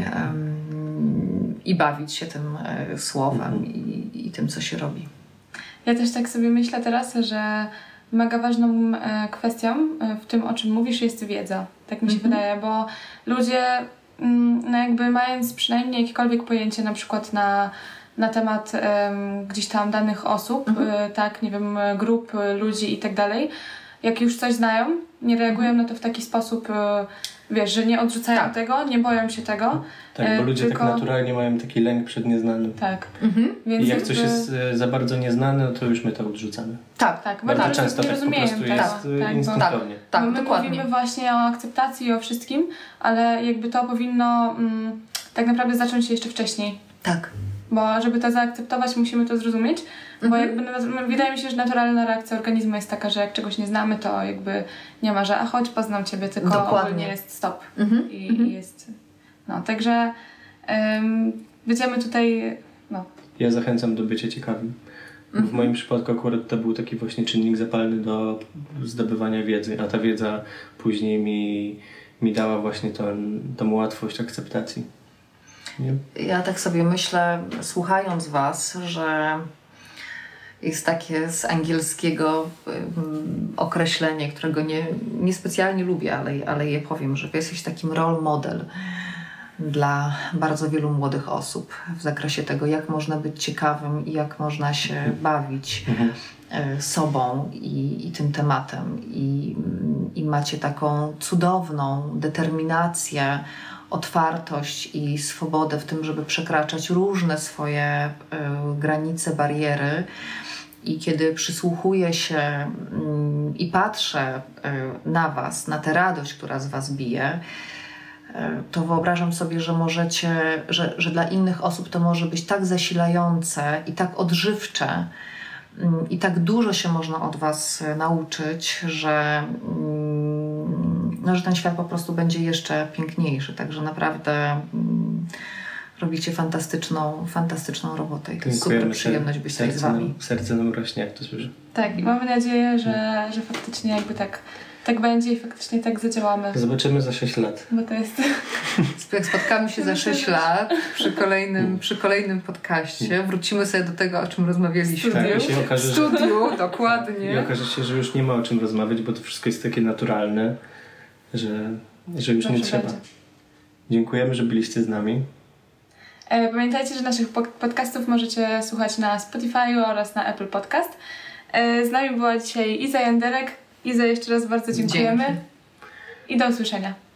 um, i bawić się tym e, słowem i, i tym, co się robi. Ja też tak sobie myślę teraz, że mega ważną e, kwestią e, w tym, o czym mówisz, jest wiedza. Tak mi się mhm. wydaje, bo ludzie mm, no jakby mając przynajmniej jakiekolwiek pojęcie na przykład na na temat um, gdzieś tam danych osób, mhm. y, tak, nie wiem, grup, y, ludzi i tak dalej, jak już coś znają, nie reagują mhm. na to w taki sposób, y, wiesz, że nie odrzucają tak. tego, nie boją się tego. Tak, bo ludzie tylko... tak naturalnie mają taki lęk przed nieznanym. Tak. Mhm. Więc I jak jakby... coś jest y, za bardzo nieznane, no to już my to odrzucamy. Tak, tak. Bardzo tak, często nie tak po prostu tego. jest tak, instynktownie. Tak, tak, my dokładnie. Mówimy właśnie o akceptacji i o wszystkim, ale jakby to powinno mm, tak naprawdę zacząć się jeszcze wcześniej. Tak. Bo żeby to zaakceptować, musimy to zrozumieć, mhm. bo jakby wydaje mi się, że naturalna reakcja organizmu jest taka, że jak czegoś nie znamy, to jakby nie ma, że a chodź, poznam ciebie, tylko dokładnie. Ogólnie jest stop. Mhm. I, mhm. i jest... No, także um, będziemy tutaj... No. Ja zachęcam do bycia ciekawym. Mhm. W moim przypadku akurat to był taki właśnie czynnik zapalny do zdobywania wiedzy, a ta wiedza później mi, mi dała właśnie tą, tą łatwość akceptacji. Nie? Ja tak sobie myślę, słuchając was, że jest takie z angielskiego um, określenie, którego nie, nie specjalnie lubię, ale, ale je powiem, że jesteś takim role model dla bardzo wielu młodych osób w zakresie tego, jak można być ciekawym i jak można się mhm. bawić mhm. sobą i, i tym tematem. I, I macie taką cudowną determinację, otwartość i swobodę w tym, żeby przekraczać różne swoje y, granice, bariery. I kiedy przysłuchuję się y, i patrzę y, na was, na tę radość, która z was bije, y, to wyobrażam sobie, że możecie, że, że dla innych osób to może być tak zasilające i tak odżywcze y, i tak dużo się można od was nauczyć, że y, no, że ten świat po prostu będzie jeszcze piękniejszy. Także naprawdę mm, robicie fantastyczną, fantastyczną robotę i to jest Dziękujemy. super przyjemność być tutaj z Serce Wami. nam, serce nam rośnie, jak to słyszę. Tak, i mamy nadzieję, że, że faktycznie jakby tak, tak będzie i faktycznie tak zadziałamy. Zobaczymy za sześć lat. Bo to jest... Jak spotkamy się za sześć lat przy kolejnym, przy kolejnym podcaście, wrócimy sobie do tego, o czym rozmawialiśmy. Tak, i się okaże, W że, studiu, i dokładnie. okaże się, że już nie ma o czym rozmawiać, bo to wszystko jest takie naturalne, że, że już nie Zawsze trzeba. będzie. Dziękujemy, że byliście z nami. E, Pamiętajcie, że naszych po- podcastów możecie słuchać na Spotify oraz na Apple Podcast. E, Z nami była dzisiaj Iza Janderek. Iza, jeszcze raz bardzo dziękujemy. Dzięki. I do usłyszenia.